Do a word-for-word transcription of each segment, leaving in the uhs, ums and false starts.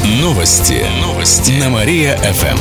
Новости. Новости. На Мария-ФМ.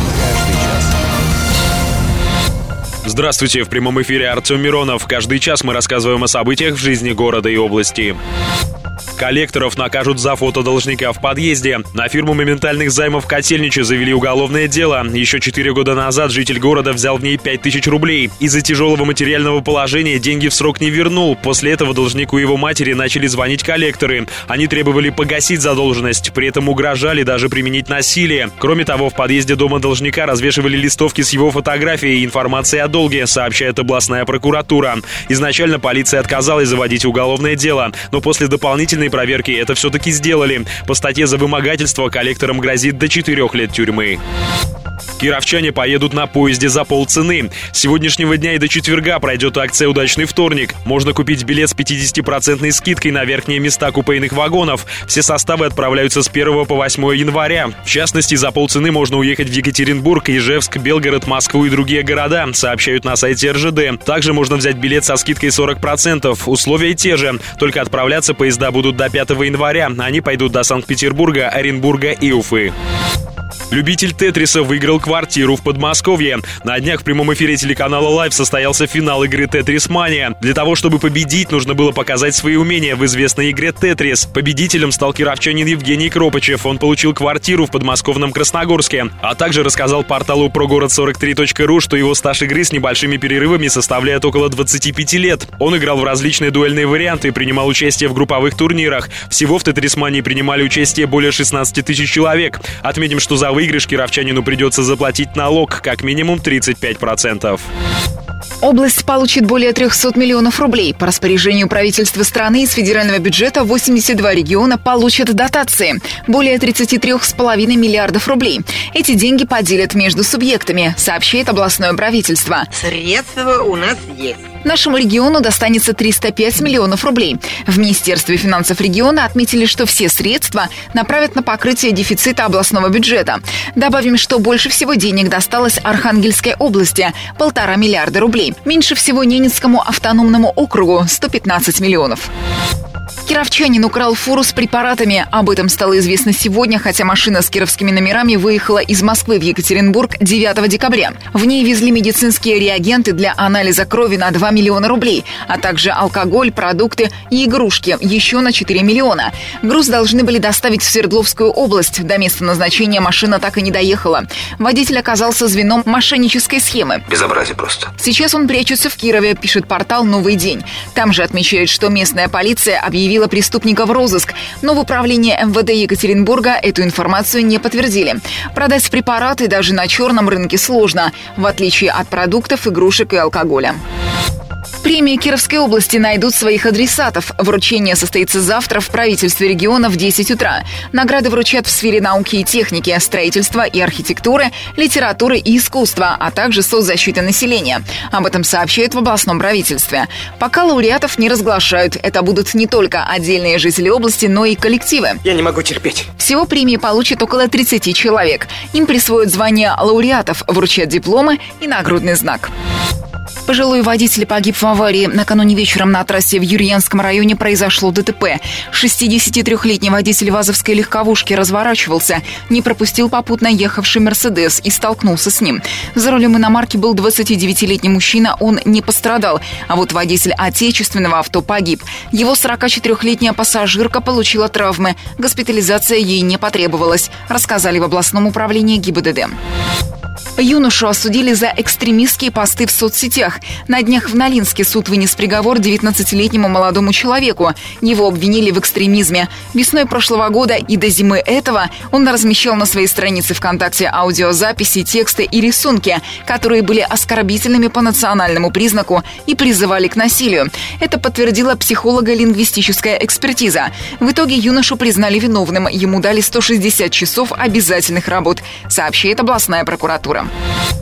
Здравствуйте, в прямом эфире Артем Миронов. Каждый час мы рассказываем о событиях в жизни города и области. Коллекторов накажут за фото должника в подъезде. На фирму моментальных займов Котельнича завели уголовное дело. Еще четыре года назад житель города взял в ней пять тысяч рублей. Из-за тяжелого материального положения деньги в срок не вернул. После этого должнику и его матери начали звонить коллекторы. Они требовали погасить задолженность, при этом угрожали даже применить насилие. Кроме того, в подъезде дома должника развешивали листовки с его фотографией и информацией о долге, сообщает областная прокуратура. Изначально полиция отказалась заводить уголовное дело, но после дополнительной проверки это все-таки сделали. По статье за вымогательство коллекторам грозит до четырех лет тюрьмы. Кировчане поедут на поезде за полцены. С сегодняшнего дня и до четверга пройдет акция «Удачный вторник». Можно купить билет с пятидесятипроцентной скидкой на верхние места купейных вагонов. Все составы отправляются с первого по восьмое января. В частности, за полцены можно уехать в Екатеринбург, Ижевск, Белгород, Москву и другие города, сообщают на сайте эр жэ дэ. Также можно взять билет со скидкой сорок процентов. Условия те же, только отправляться поезда будут до пятого января. Они пойдут до Санкт-Петербурга, Оренбурга и Уфы. Любитель тетриса выиграл квартиру в Подмосковье. На днях в прямом эфире телеканала Лайв состоялся финал игры «Тетрис Мания». Для того, чтобы победить, нужно было показать свои умения в известной игре «Тетрис». Победителем стал кировчанин Евгений Кропачев. Он получил квартиру в подмосковном Красногорске. А также рассказал порталу про город сорок три точка ру, что его стаж игры с небольшими перерывами составляет около двадцати пяти лет. Он играл в различные дуэльные варианты и принимал участие в групповых турнирах. Всего в «Тетрис Мании» принимали участие более шестнадцати тысяч человек. Отметим, что за выигрыш кировчанину придется заплатить налог, как минимум тридцать пять процентов. Область получит более трехсот миллионов рублей. По распоряжению правительства страны из федерального бюджета восемьдесят два региона получат дотации. Более тридцати трёх с половиной миллиардов рублей. Эти деньги поделят между субъектами, сообщает областное правительство. Средства у нас есть. Нашему региону достанется триста пять миллионов рублей. В Министерстве финансов региона отметили, что все средства направят на покрытие дефицита областного бюджета. Добавим, что больше всего денег досталось Архангельской области – полтора миллиарда рублей. Меньше всего Ненецкому автономному округу – сто пятнадцать миллионов. Кировчанин украл фуру с препаратами. Об этом стало известно сегодня, хотя машина с кировскими номерами выехала из Москвы в Екатеринбург девятого декабря. В ней везли медицинские реагенты для анализа крови на два миллиона рублей, а также алкоголь, продукты и игрушки еще на четыре миллиона. Груз должны были доставить в Свердловскую область. До места назначения машина так и не доехала. Водитель оказался звеном мошеннической схемы. Безобразие просто. Сейчас он прячется в Кирове, пишет портал «Новый день». Там же отмечают, что местная полиция объявила преступника в розыск, но в управлении эм вэ дэ Екатеринбурга эту информацию не подтвердили. Продать препараты даже на черном рынке сложно, в отличие от продуктов, игрушек и алкоголя. Премии Кировской области найдут своих адресатов. Вручение состоится завтра в правительстве региона в десять утра. Награды вручат в сфере науки и техники, строительства и архитектуры, литературы и искусства, а также соцзащиты населения. Об этом сообщают в областном правительстве. Пока лауреатов не разглашают. Это будут не только отдельные жители области, но и коллективы. Я не могу терпеть. Всего премии получат около тридцати человек. Им присвоят звание лауреатов, вручат дипломы и нагрудный знак. Пожилой водитель погиб в аварии. Накануне вечером на трассе в Юрьянском районе произошло дэ тэ пэ. шестидесятитрёхлетний водитель вазовской легковушки разворачивался, не пропустил попутно ехавший «Мерседес» и столкнулся с ним. За рулем иномарки был двадцатидевятилетний мужчина, он не пострадал. А вот водитель отечественного авто погиб. Его сорокачетырёхлетняя пассажирка получила травмы. Госпитализация ей не потребовалась, рассказали в областном управлении гэ и бэ дэ дэ. Юношу осудили за экстремистские посты в соцсетях. На днях в Нолинске суд вынес приговор девятнадцатилетнему молодому человеку. Его обвинили в экстремизме. Весной прошлого года и до зимы этого он размещал на своей странице ВКонтакте аудиозаписи, тексты и рисунки, которые были оскорбительными по национальному признаку и призывали к насилию. Это подтвердила психолого-лингвистическая экспертиза. В итоге юношу признали виновным. Ему дали сто шестьдесят часов обязательных работ, сообщает областная прокуратура.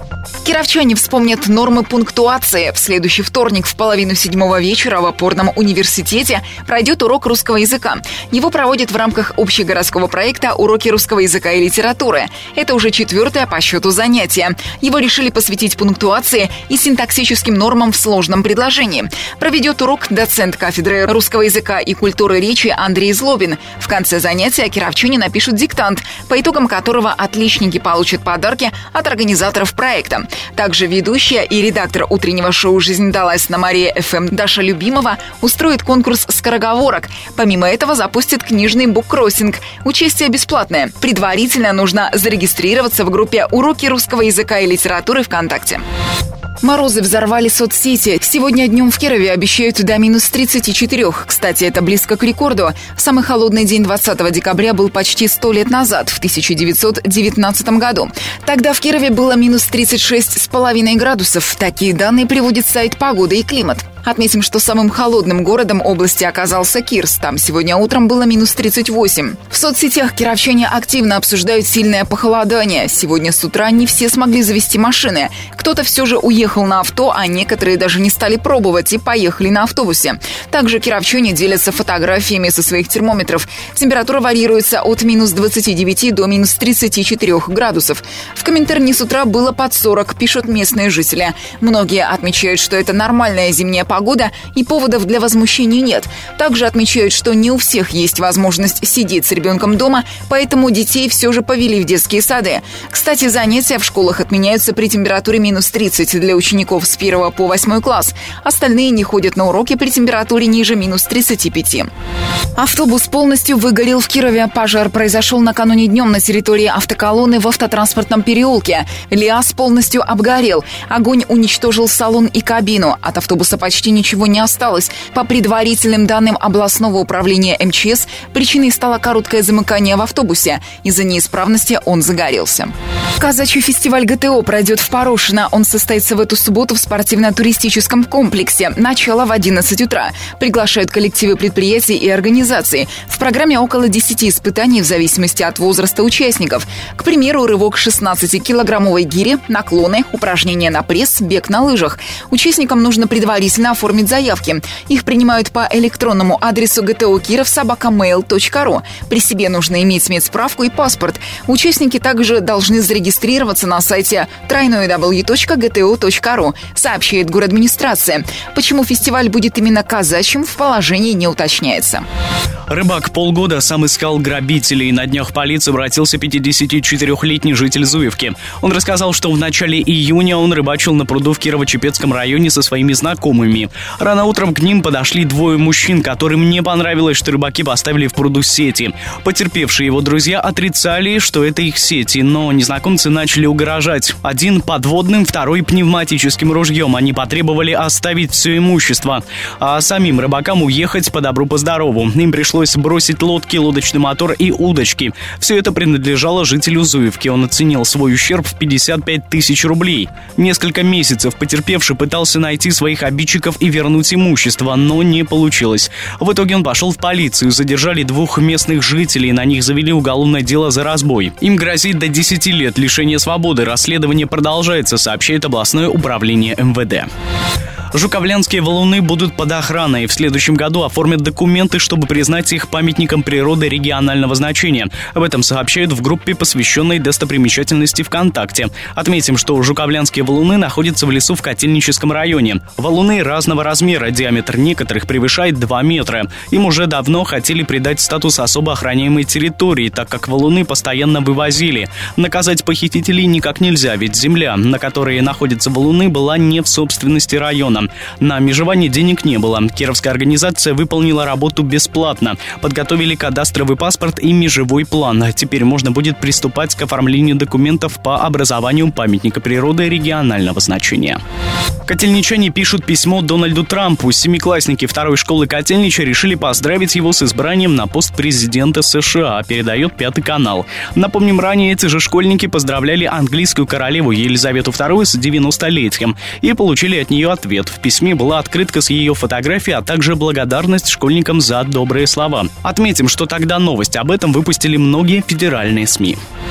Кировчане вспомнят нормы пунктуации. В следующий вторник в половину седьмого вечера в опорном университете пройдет урок русского языка. Его проводят в рамках общегородского проекта «Уроки русского языка и литературы». Это уже четвертое по счету занятие. Его решили посвятить пунктуации и синтаксическим нормам в сложном предложении. Проведет урок доцент кафедры русского языка и культуры речи Андрей Злобин. В конце занятия кировчане напишут диктант, по итогам которого отличники получат подарки от организаторов проекта. Также ведущая и редактор утреннего шоу «Жизнь далась» на Мария-ФМ Даша Любимова устроит конкурс скороговорок. Помимо этого запустит книжный буккроссинг. Участие бесплатное. Предварительно нужно зарегистрироваться в группе «Уроки русского языка и литературы» ВКонтакте. Морозы взорвали соцсети. Сегодня днем в Кирове обещают до минус тридцати четырёх. Кстати, это близко к рекорду. Самый холодный день двадцатого декабря был почти сто лет назад, в тысяча девятьсот девятнадцатом году. Тогда в Кирове было минус тридцать шесть с половиной градусов. Такие данные приводит сайт «Погода и климат». Отметим, что самым холодным городом области оказался Кирс. Там сегодня утром было минус тридцать восемь. В соцсетях кировчане активно обсуждают сильное похолодание. Сегодня с утра не все смогли завести машины. Кто-то все же уехал на авто, а некоторые даже не стали пробовать и поехали на автобусе. Также кировчане делятся фотографиями со своих термометров. Температура варьируется от минус двадцати девяти до минус тридцати четырёх градусов. В Коминтерне с утра было под сорок, пишут местные жители. Многие отмечают, что это нормальная зимняя погода и поводов для возмущений нет. Также отмечают, что не у всех есть возможность сидеть с ребенком дома, поэтому детей все же повели в детские сады. Кстати, занятия в школах отменяются при температуре минус тридцать для учеников с первого по восьмой класс. Остальные не ходят на уроки при температуре ниже минус тридцати пяти. Автобус полностью выгорел в Кирове. Пожар произошел накануне днем на территории автоколонны в автотранспортном переулке. ЛиАЗ полностью обгорел. Огонь уничтожил салон и кабину. От автобуса почти Почти ничего не осталось. По предварительным данным областного управления эм че эс, причиной стало короткое замыкание в автобусе. Из-за неисправности он загорелся. Казачий фестиваль гэ тэ о пройдет в Порошино. Он состоится в эту субботу в спортивно-туристическом комплексе. Начало в одиннадцать утра. Приглашают коллективы предприятий и организаций. В программе около десяти испытаний в зависимости от возраста участников. К примеру, рывок шестнадцатикилограммовой гири, наклоны, упражнения на пресс, бег на лыжах. Участникам нужно предварительно оформить заявки. Их принимают по электронному адресу гэ тэ о киров собака мейл точка ру. При себе нужно иметь медсправку и паспорт. Участники также должны зарегистрироваться на сайте дабл ю дабл ю дабл ю точка гэ тэ о точка ру, сообщает городадминистрация. Почему фестиваль будет именно казачьим, в положении не уточняется. Рыбак полгода сам искал грабителей. На днях полиции обратился пятидесятичетырёхлетний житель Зуевки. Он рассказал, что в начале июня он рыбачил на пруду в Кирово-Чепецком районе со своими знакомыми. Рано утром к ним подошли двое мужчин, которым не понравилось, что рыбаки поставили в пруду сети. Потерпевшие его друзья отрицали, что это их сети, но незнакомцы начали угрожать. Один подводным, второй пневматическим ружьем. Они потребовали оставить все имущество, а самим рыбакам уехать по добру по здорову. Им пришлось бросить лодки, лодочный мотор и удочки. Все это принадлежало жителю Зуевки. Он оценил свой ущерб в пятьдесят пять тысяч рублей. Несколько месяцев потерпевший пытался найти своих обидчиков и вернуть имущество, но не получилось. В итоге он пошел в полицию, задержали двух местных жителей, на них завели уголовное дело за разбой. Им грозит до десяти лет лишения свободы. Расследование продолжается, сообщает областное управление эм вэ дэ. Жуковлянские валуны будут под охраной. В следующем году оформят документы, чтобы признать их памятником природы регионального значения. Об этом сообщают в группе, посвященной достопримечательности ВКонтакте. Отметим, что жуковлянские валуны находятся в лесу в Котельническом районе. Валуны разного размера, диаметр некоторых превышает два метра. Им уже давно хотели придать статус особо охраняемой территории, так как валуны постоянно вывозили. Наказать похитителей никак нельзя, ведь земля, на которой находятся валуны, была не в собственности района. На межевание денег не было. Кировская организация выполнила работу бесплатно. Подготовили кадастровый паспорт и межевой план. Теперь можно будет приступать к оформлению документов по образованию памятника природы регионального значения. Котельничане пишут письмо Дональду Трампу. Семиклассники второй школы Котельнича решили поздравить его с избранием на пост президента США, передает Пятый канал. Напомним, ранее эти же школьники поздравляли английскую королеву Елизавету вторую с девяностолетием и получили от нее ответ. В письме была открытка с ее фотографией, а также благодарность школьникам за добрые слова. Отметим, что тогда новость об этом выпустили многие федеральные СМИ.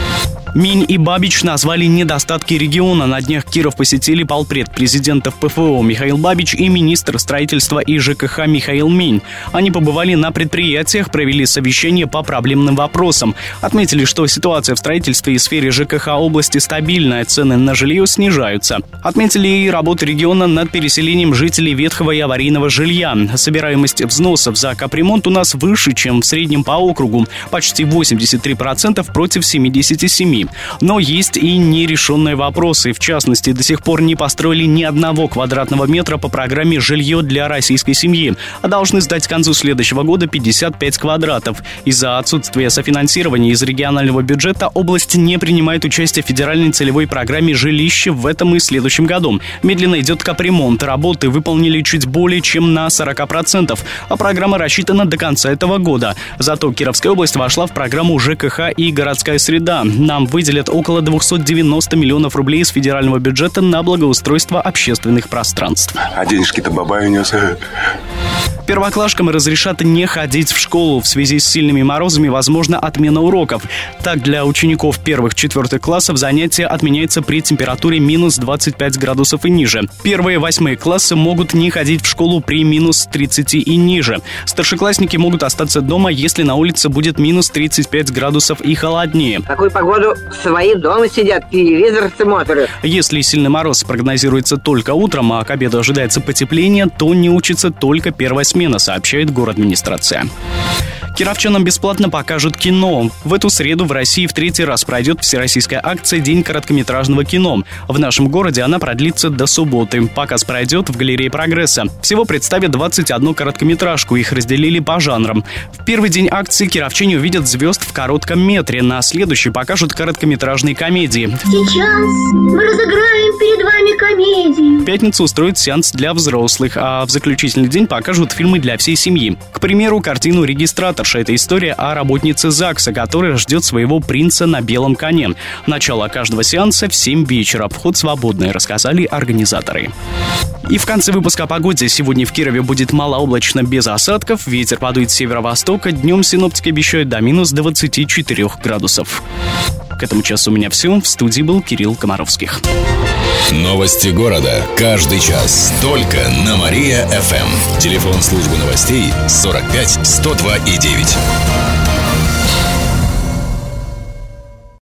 Минь и Бабич назвали недостатки региона. На днях Киров посетили полпред президента ПФО Михаил Бабич и министр строительства и ЖКХ Михаил Минь. Они побывали на предприятиях, провели совещание по проблемным вопросам. Отметили, что ситуация в строительстве и сфере ЖКХ области стабильная, цены на жилье снижаются. Отметили и работу региона над переселением жителей ветхого и аварийного жилья. Собираемость взносов за капремонт у нас выше, чем в среднем по округу. Почти восемьдесят три процента против семьдесят семь процентов. Но есть и нерешенные вопросы. В частности, до сих пор не построили ни одного квадратного метра по программе «Жилье для российской семьи», а должны сдать к концу следующего года пятьдесят пять квадратов. Из-за отсутствия софинансирования из регионального бюджета область не принимает участие в федеральной целевой программе «Жилище» в этом и следующем году. Медленно идет капремонт. Работы выполнили чуть более чем на сорок процентов, а программа рассчитана до конца этого года. Зато Кировская область вошла в программу ЖКХ и городская среда. Нам выделят около двести девяносто миллионов рублей из федерального бюджета на благоустройство общественных пространств. А денежки-то бабай унес. Первоклашкам разрешат не ходить в школу. В связи с сильными морозами возможна отмена уроков. Так, для учеников первых-четвертых классов занятия отменяются при температуре минус двадцать пять градусов и ниже. Первые восьмые классы могут не ходить в школу при минус тридцати и ниже. Старшеклассники могут остаться дома, если на улице будет минус тридцать пять градусов и холоднее. В такую погоду свои дома сидят, телевизор смотрят. Если сильный мороз прогнозируется только утром, а к обеду ожидается потепление, то не учится только первая смена, сообщает городадминистрация. Кировчанам бесплатно покажут кино. В эту среду в России в третий раз пройдет всероссийская акция «День короткометражного кино». В нашем городе она продлится до субботы. Показ пройдет в галерее «Прогресса». Всего представят двадцать одну короткометражку, их разделили по жанрам. В первый день акции кировчане увидят звезд в коротком метре, на следующий покажут короткометражные комедии. Сейчас мы разыграем перед вами комедию. В пятницу устроят сеанс для взрослых, а в заключительный день покажут фильмы для всей семьи. К примеру, картину «Регистратор». Это история о работнице ЗАГСа, которая ждет своего принца на белом коне. Начало каждого сеанса в семь вечера. Вход свободный, рассказали организаторы. И в конце выпуска о погоде. Сегодня в Кирове будет малооблачно без осадков. Ветер подует с северо-востока. Днем синоптики обещают до минус двадцати четырёх градусов. К этому часу у меня все. В студии был Кирилл Комаровских. Новости города. Каждый час. Только на Мария-ФМ. Телефон службы новостей сорок пять сто два и девять.